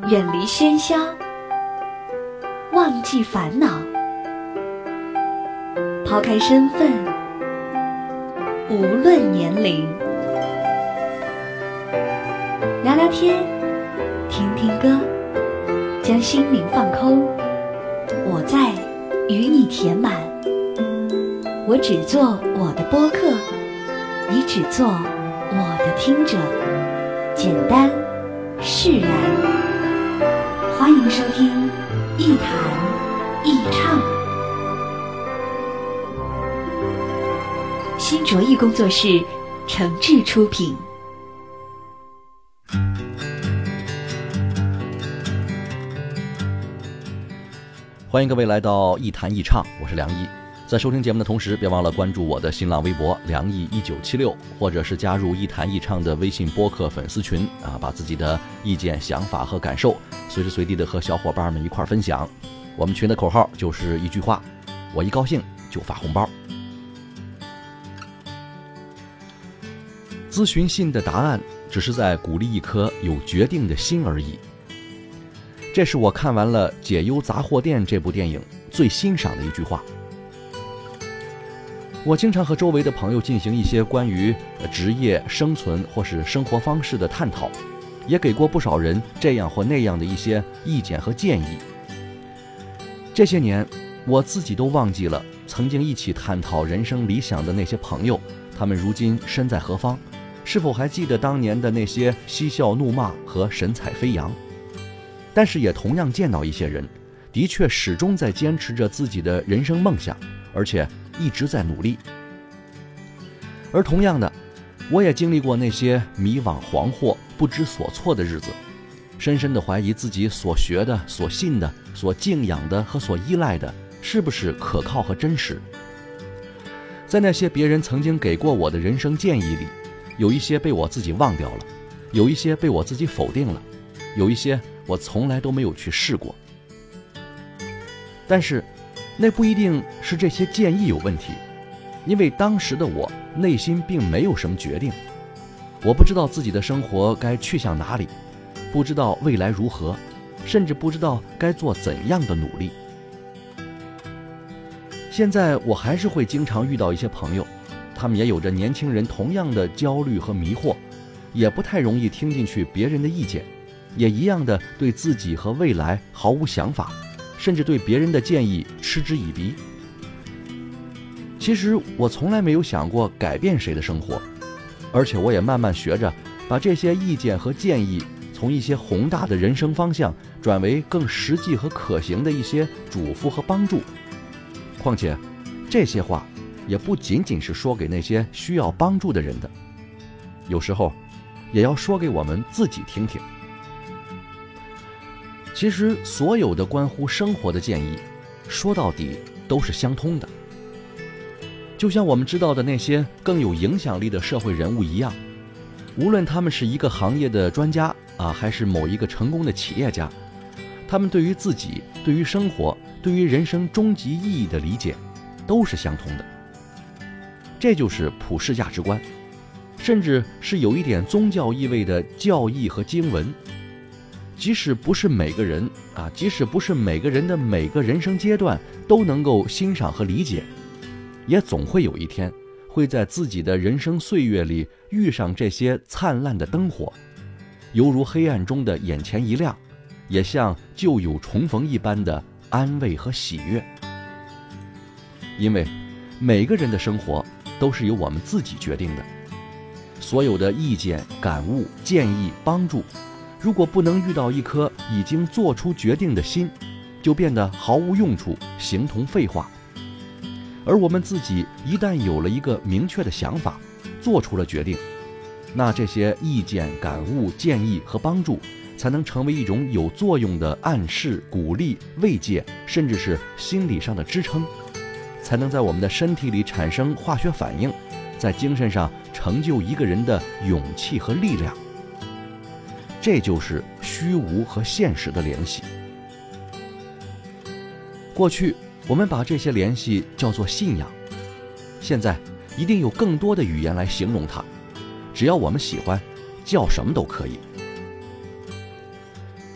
远离喧嚣，忘记烦恼，抛开身份，无论年龄，聊聊天，听听歌，将心灵放空。我在与你填满，我只做我的播客，你只做我的听者，简单释然。欢迎收听一谈一唱，新卓艺工作室诚挚出品。 欢迎各位来到一谈一唱，我是梁毅。在收听节目的同时，别忘了关注我的新浪微博梁毅1976，或者是加入一谈一唱的微信播客粉丝群把自己的意见、想法和感受随时随地的和小伙伴们一块分享。我们群的口号就是一句话：我一高兴就发红包。咨询信的答案只是在鼓励一颗有决定的心而已。这是我看完了《解忧杂货店》这部电影最欣赏的一句话。我经常和周围的朋友进行一些关于职业、生存或是生活方式的探讨，也给过不少人这样或那样的一些意见和建议。这些年，我自己都忘记了曾经一起探讨人生理想的那些朋友，他们如今身在何方？是否还记得当年的那些嬉笑怒骂和神采飞扬？但是也同样见到一些人，的确始终在坚持着自己的人生梦想，而且一直在努力。而同样的，我也经历过那些迷惘、惶惑、不知所措的日子，深深地怀疑自己所学的、所信的、所敬仰的和所依赖的是不是可靠和真实。在那些别人曾经给过我的人生建议里，有一些被我自己忘掉了，有一些被我自己否定了，有一些我从来都没有去试过。但是那不一定是这些建议有问题，因为当时的我内心并没有什么决定。我不知道自己的生活该去向哪里，不知道未来如何，甚至不知道该做怎样的努力。现在我还是会经常遇到一些朋友，他们也有着年轻人同样的焦虑和迷惑，也不太容易听进去别人的意见，也一样的对自己和未来毫无想法，甚至对别人的建议嗤之以鼻。其实我从来没有想过改变谁的生活，而且我也慢慢学着把这些意见和建议从一些宏大的人生方向转为更实际和可行的一些嘱咐和帮助。况且这些话也不仅仅是说给那些需要帮助的人的，有时候也要说给我们自己听听。其实所有的关乎生活的建议，说到底都是相通的。就像我们知道的那些更有影响力的社会人物一样，无论他们是一个行业的专家还是某一个成功的企业家，他们对于自己、对于生活、对于人生终极意义的理解都是相同的。这就是普世价值观，甚至是有一点宗教意味的教义和经文。即使不是每个人的每个人生阶段都能够欣赏和理解，也总会有一天会在自己的人生岁月里遇上这些灿烂的灯火，犹如黑暗中的眼前一亮，也像旧友重逢一般的安慰和喜悦。因为每个人的生活都是由我们自己决定的，所有的意见、感悟、建议、帮助，如果不能遇到一颗已经做出决定的心，就变得毫无用处，形同废话。而我们自己一旦有了一个明确的想法，做出了决定，那这些意见、感悟、建议和帮助才能成为一种有作用的暗示、鼓励、慰藉，甚至是心理上的支撑，才能在我们的身体里产生化学反应，在精神上成就一个人的勇气和力量。这就是虚无和现实的联系。过去我们把这些联系叫做信仰，现在一定有更多的语言来形容它，只要我们喜欢，叫什么都可以。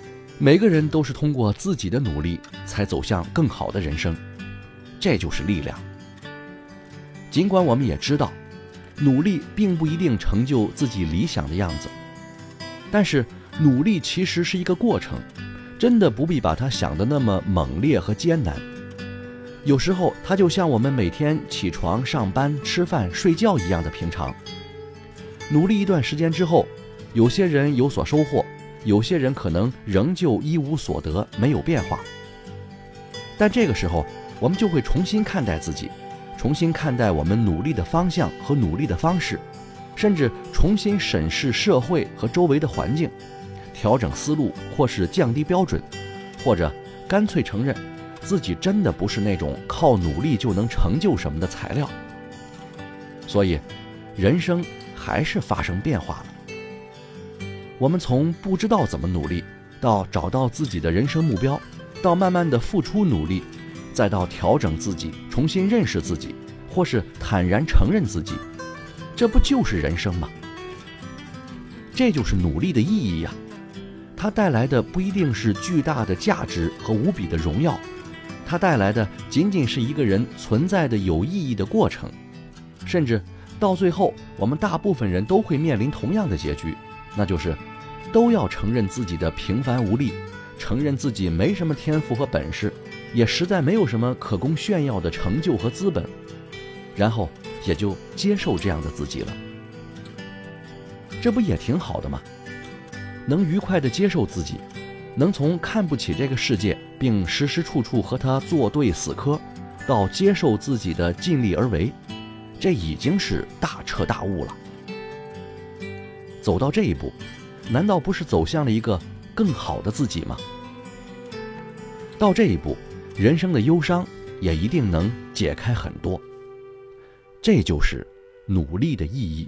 每个人都是通过自己的努力才走向更好的人生，这就是力量。尽管我们也知道，努力并不一定成就自己理想的样子，但是努力其实是一个过程，真的不必把它想得那么猛烈和艰难。有时候它就像我们每天起床、上班、吃饭、睡觉一样的平常。努力一段时间之后，有些人有所收获，有些人可能仍旧一无所得，没有变化。但这个时候，我们就会重新看待自己，重新看待我们努力的方向和努力的方式，甚至重新审视社会和周围的环境，调整思路，或是降低标准，或者干脆承认自己真的不是那种靠努力就能成就什么的材料。所以人生还是发生变化了。我们从不知道怎么努力，到找到自己的人生目标，到慢慢的付出努力，再到调整自己，重新认识自己，或是坦然承认自己，这不就是人生吗？这就是努力的意义呀。它带来的不一定是巨大的价值和无比的荣耀，它带来的仅仅是一个人存在的有意义的过程。甚至到最后，我们大部分人都会面临同样的结局，那就是都要承认自己的平凡无力，承认自己没什么天赋和本事，也实在没有什么可供炫耀的成就和资本，然后也就接受这样的自己了。这不也挺好的吗？能愉快地接受自己，能从看不起这个世界并时时处处和它作对死磕，到接受自己的尽力而为，这已经是大彻大悟了。走到这一步，难道不是走向了一个更好的自己吗？到这一步，人生的忧伤也一定能解开很多。这就是努力的意义。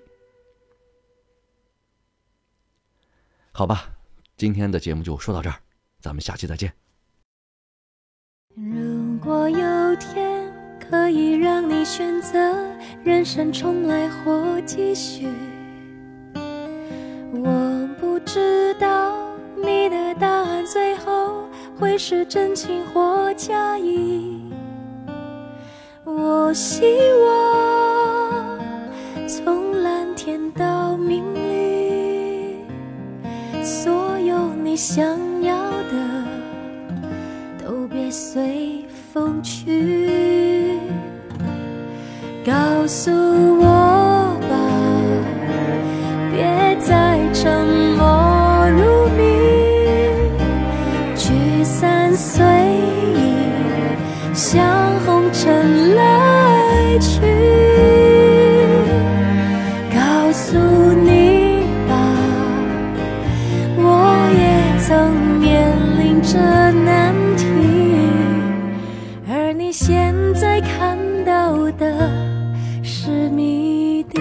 好吧，今天的节目就说到这儿，咱们下期再见。 如果有天可以让你选择人生重来或继续，我不知道你的答案最后会是真情或假意。我希望从蓝天到明绿，所有你想要的都别随风去。告诉我吧，别再沉默如谜，聚散随意，像红尘来去。告诉你吧，我也曾面临着难题，而你现在看到的是谜底。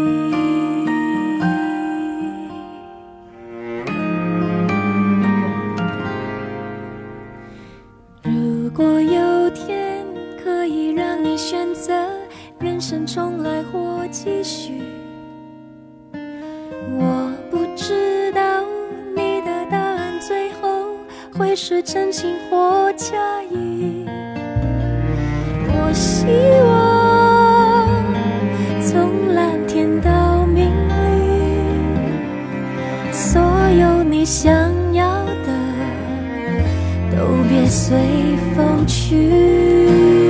如果有天可以让你选择人生重来或继续，我不知道你的答案最后会是真情或假意。我希望从蓝天到明绿，所有你想要的都别随风去。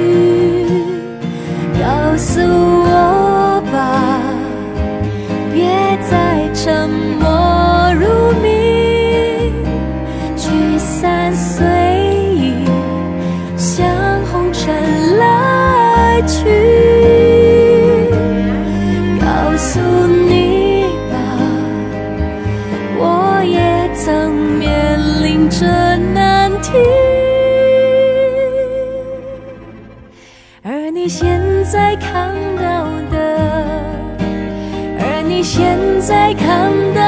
告诉我吧，别再沉默如谜，聚散随意，像红尘来去。告诉你吧，我也曾面临着难题，而你现在看到的，而你现在看到